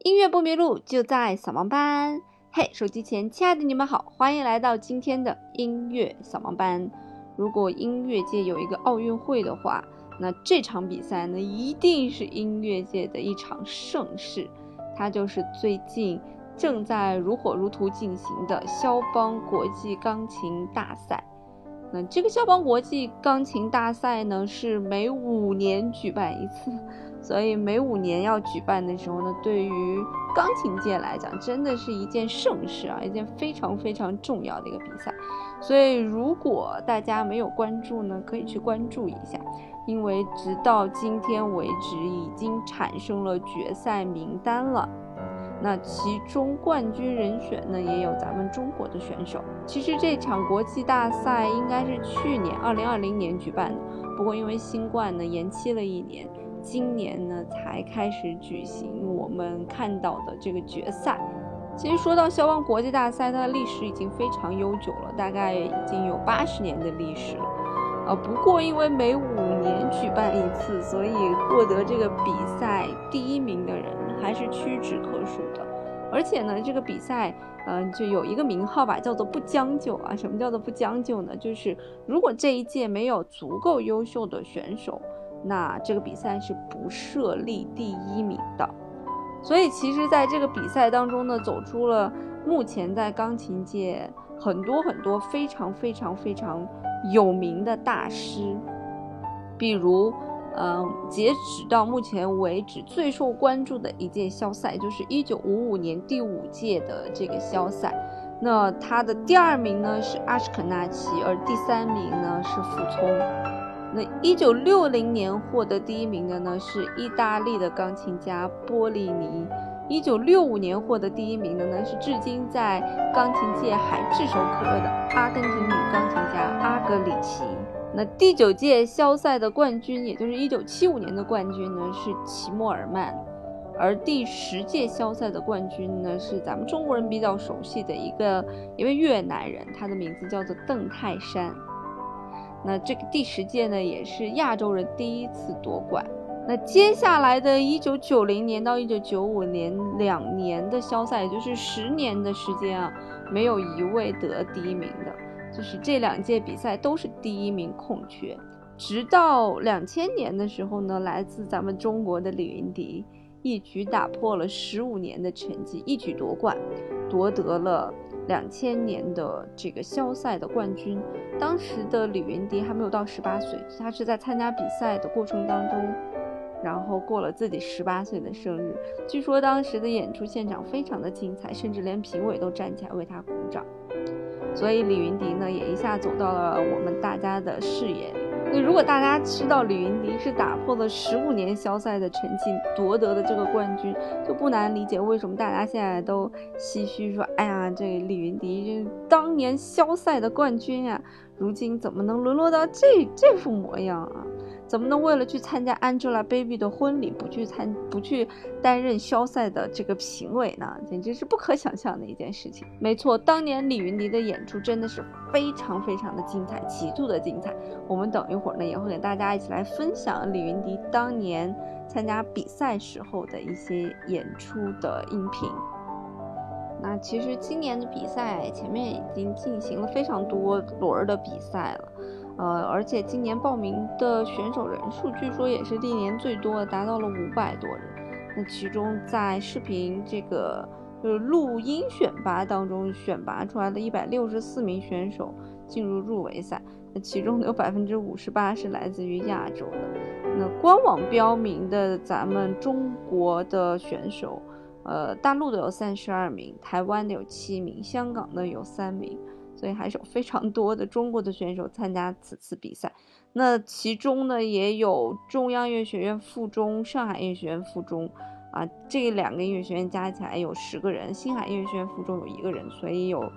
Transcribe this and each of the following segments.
音乐不迷路，就在扫盲班。嘿，手机前亲爱的你们好，欢迎来到今天的音乐扫盲班。如果音乐界有一个奥运会的话，那这场比赛呢，一定是音乐界的一场盛事。它就是最近正在如火如荼进行的肖邦国际钢琴大赛。那这个肖邦国际钢琴大赛呢，是每5年举办一次，所以每5年要举办的时候呢，对于钢琴界来讲，真的是一件盛事啊，一件非常非常重要的一个比赛。所以如果大家没有关注呢，可以去关注一下，因为直到今天为止已经产生了决赛名单了。那其中冠军人选呢，也有咱们中国的选手。其实这场国际大赛应该是去年2020年举办的，不过因为新冠呢延期了1年，今年呢才开始举行我们看到的这个决赛。其实说到肖邦国际大赛，它的历史已经非常悠久了，大概已经有80年的历史了。不过因为每5年举办一次，所以获得这个比赛第1名的人还是屈指可数的。而且呢，这个比赛就有一个名号吧，叫做不将就啊。什么叫做不将就呢？就是如果这一届没有足够优秀的选手，那这个比赛是不设立第1名的。所以其实在这个比赛当中呢，走出了目前在钢琴界很多非常非常非常有名的大师。比如截止到目前为止最受关注的一届肖赛，就是1955年第5届的这个肖赛。那他的第2名呢是阿什肯纳齐，而第3名呢是傅聪。那1960年获得第1名的呢是意大利的钢琴家波利尼。1965年获得第1名的呢是至今在钢琴界还炙手可热的阿根廷女钢琴家阿格里奇。那第9届肖赛的冠军，也就是1975年的冠军呢是齐默尔曼，而第10届肖赛的冠军呢是咱们中国人比较熟悉的一位越南人，他的名字叫做邓泰山。那这个第10届呢也是亚洲人第1次夺冠。那接下来的1990年到1995年2年的肖赛，也就是10年的时间啊，没有一位得第1名的，就是这2届比赛都是第1名空缺。直到2000年的时候呢，来自咱们中国的李云迪一举打破了15年的成绩，一举夺冠，夺得了2000年的这个肖赛的冠军。当时的李云迪还没有到18岁，他是在参加比赛的过程当中，然后过了自己18岁的生日。据说当时的演出现场非常的精彩，甚至连评委都站起来为他鼓掌。所以李云迪呢也一下走到了我们大家的视野里。那如果大家知道李云迪是打破了15年肖赛的成绩夺得的这个冠军，就不难理解为什么大家现在都唏嘘说，哎呀，这李云迪当年肖赛的冠军啊，如今怎么能沦落到这副模样啊？怎么能为了去参加 Angelababy 的婚礼不去担任肖赛的这个评委呢？简直是不可想象的一件事情。没错，当年李云迪的演出真的是非常非常的精彩，极度的精彩。我们等一会儿呢也会给大家一起来分享李云迪当年参加比赛时候的一些演出的音频。那其实今年的比赛前面已经进行了非常多轮的比赛了。而且今年报名的选手人数据说也是历年最多的，达到了500多人。那其中在视频这个就是录音选拔当中选拔出来的164名选手进入围赛，那其中有58%是来自于亚洲的。那官网标明的咱们中国的选手，大陆的有32名，台湾的有7名，香港的有3名。所以还是有非常多的中国的选手参加此次比赛。那其中呢也有中央音乐学院附中、上海音乐学院附中啊，这2个音乐学院加起来有10个人，星海音乐学院附中有1个人，所以有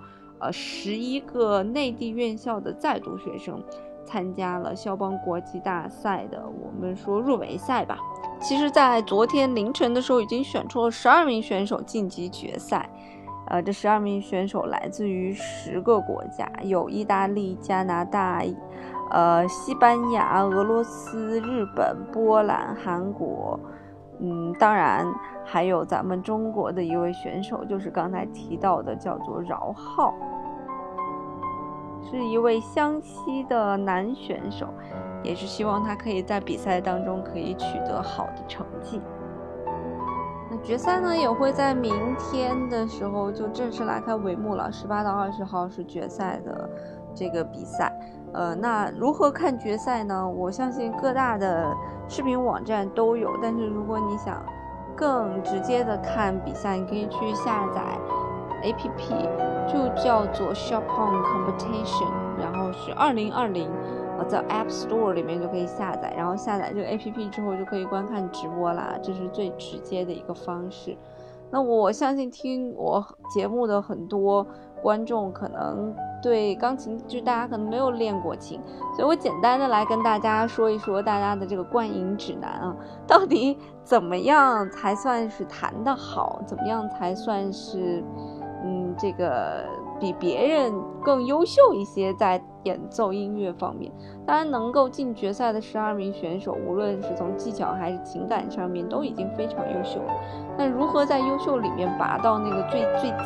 11个内地院校的在读学生参加了肖邦国际大赛的我们说入围赛吧。其实在昨天凌晨的时候已经选出了12名选手晋级决赛。这12名选手来自于10个国家，有意大利、加拿大、西班牙、俄罗斯、日本、波兰、韩国、 当然还有咱们中国的一位选手，就是刚才提到的叫做饶浩，是一位湘西的男选手，也是希望他可以在比赛当中可以取得好的成绩。那决赛呢也会在明天的时候就正式拉开帷幕了，18到20号是决赛的这个比赛。那如何看决赛呢？我相信各大的视频网站都有，但是如果你想更直接的看比赛，你可以去下载 APP， 就叫做 Shop On Competition， 然后是2020，在 App Store 里面就可以下载，然后下载这个 APP 之后就可以观看直播啦，这是最直接的一个方式。那我相信听我节目的很多观众可能对钢琴就大家可能没有练过琴，所以我简单的来跟大家说一说大家的这个观影指南啊，到底怎么样才算是弹得好，怎么样才算是这个比别人更优秀一些在演奏音乐方面。当然能够进决赛的12名选手，无论是从技巧还是情感上面都已经非常优秀了，但如何在优秀里面拔到那个最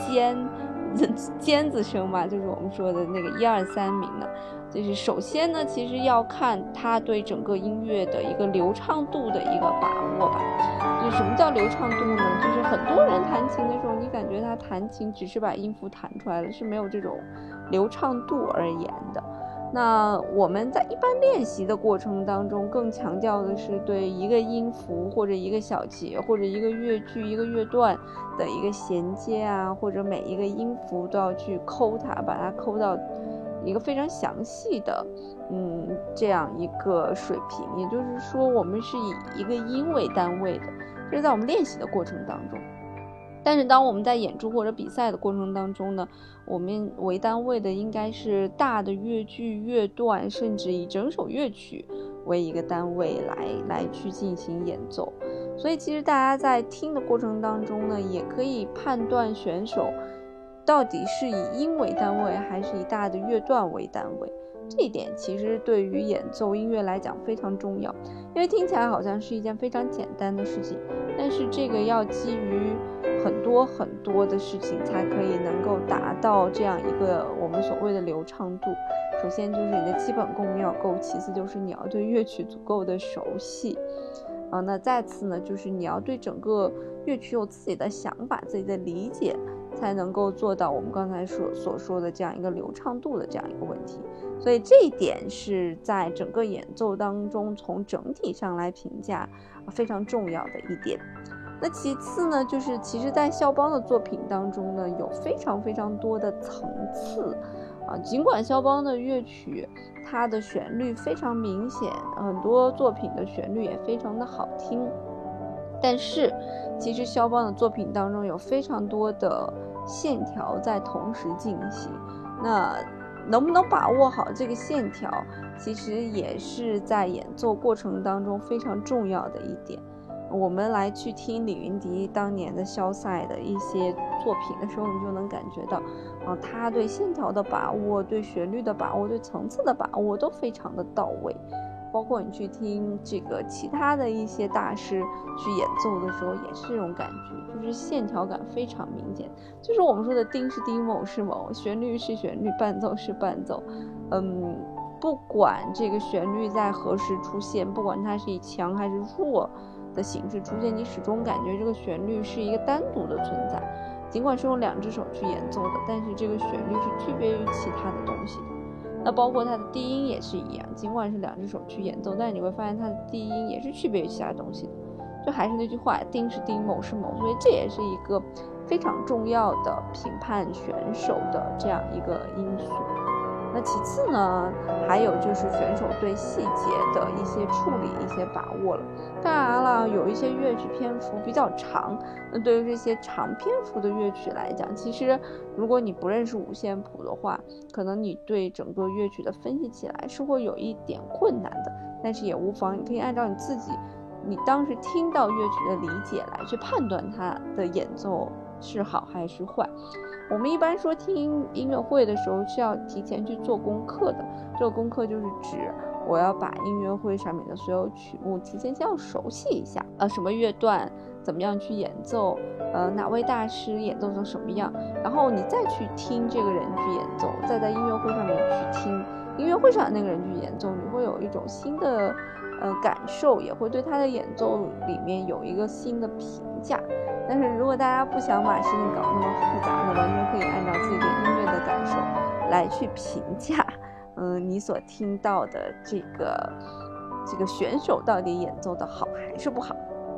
尖子生嘛，就是我们说的那个1、2、3名呢，就是首先呢其实要看他对整个音乐的一个流畅度的一个把握吧。就什么叫流畅度呢？就是很多人弹琴的时候，你感觉他弹琴只是把音符弹出来了，是没有这种流畅度而言的。那我们在一般练习的过程当中，更强调的是对一个音符或者一个小节或者一个乐句一个乐段的一个衔接啊，或者每一个音符都要去抠它，把它抠到一个非常详细的这样一个水平。也就是说我们是以一个音为单位的，这是在我们练习的过程当中。但是当我们在演出或者比赛的过程当中呢，我们为单位的应该是大的乐句乐段，甚至以整首乐曲为一个单位来去进行演奏。所以其实大家在听的过程当中呢，也可以判断选手到底是以音为单位还是以大的乐段为单位。这一点其实对于演奏音乐来讲非常重要，因为听起来好像是一件非常简单的事情，但是这个要基于很多的事情才可以能够达到这样一个我们所谓的流畅度。首先就是你的基本功要够，其次就是你要对乐曲足够的熟悉那再次呢就是你要对整个乐曲有自己的想法自己的理解，才能够做到我们刚才所说的这样一个流畅度的这样一个问题。所以这一点是在整个演奏当中从整体上来评价非常重要的一点。那其次呢，就是其实在肖邦的作品当中呢，有非常多的层次尽管肖邦的乐曲它的旋律非常明显，很多作品的旋律也非常的好听，但是其实肖邦的作品当中有非常多的线条在同时进行，那能不能把握好这个线条，其实也是在演奏过程当中非常重要的一点。我们来去听李云迪当年的肖赛的一些作品的时候，你就能感觉到他对线条的把握，对旋律的把握，对层次的把握都非常的到位。包括你去听这个其他的一些大师去演奏的时候，也是这种感觉，就是线条感非常明显，就是我们说的丁是丁，某是某，旋律是旋律，伴奏是伴奏。不管这个旋律在何时出现，不管它是以强还是弱的形式出现，你始终感觉这个旋律是一个单独的存在，尽管是用2只手去演奏的，但是这个旋律是区别于其他的东西的。那包括它的低音也是一样，尽管是2只手去演奏，但是你会发现它的低音也是区别于其他东西的。就还是那句话，丁是丁，某是某，所以这也是一个非常重要的评判选手的这样一个因素。那其次呢，还有就是选手对细节的一些处理、一些把握了。当然了，有一些乐曲篇幅比较长，那对于这些长篇幅的乐曲来讲，其实如果你不认识五线谱的话，可能你对整个乐曲的分析起来是会有一点困难的，但是也无妨，你可以按照你自己你当时听到乐曲的理解来去判断它的演奏是好还是坏。我们一般说听音乐会的时候是要提前去做功课的，这个功课就是指我要把音乐会上面的所有曲目提前先要熟悉一下，什么乐段怎么样去演奏，哪位大师演奏成什么样，然后你再去听这个人去演奏，再在音乐会上面去听音乐会上的那个人去演奏，你会有一种新的感受，也会对他的演奏里面有一个新的评价。但是如果大家不想把事情搞那么复杂，那完全可以按照自己对音乐的感受来去评价你所听到的这个选手到底演奏的好还是不好。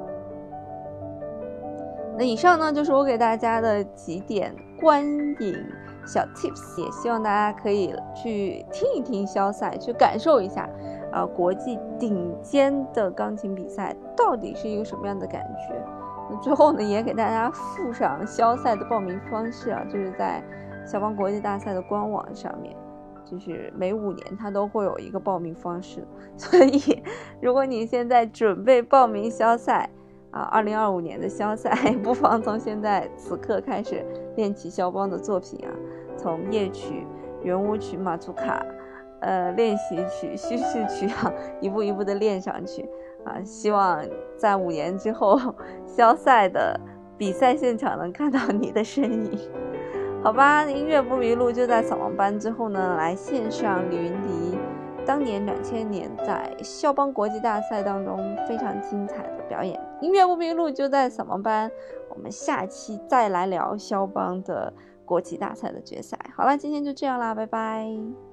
那以上呢就是我给大家的几点观影小 tips， 也希望大家可以去听一听肖赛，去感受一下国际顶尖的钢琴比赛到底是一个什么样的感觉。那最后呢也给大家附上肖赛的报名方式就是在肖邦国际大赛的官网上面，就是每5年它都会有一个报名方式，所以如果你现在准备报名肖赛2025年的肖赛，不妨从现在此刻开始练起肖邦的作品从夜曲、圆舞曲、马祖卡、练习曲、叙事曲一步一步的练上去希望在5年之后肖赛的比赛现场能看到你的身影。好吧，音乐不迷路就在扫盲班之后呢，来线上李云迪当年2000年在肖邦国际大赛当中非常精彩的表演。音乐不迷路就在扫盲班，我们下期再来聊肖邦的国际大赛的决赛。好了，今天就这样啦，拜拜。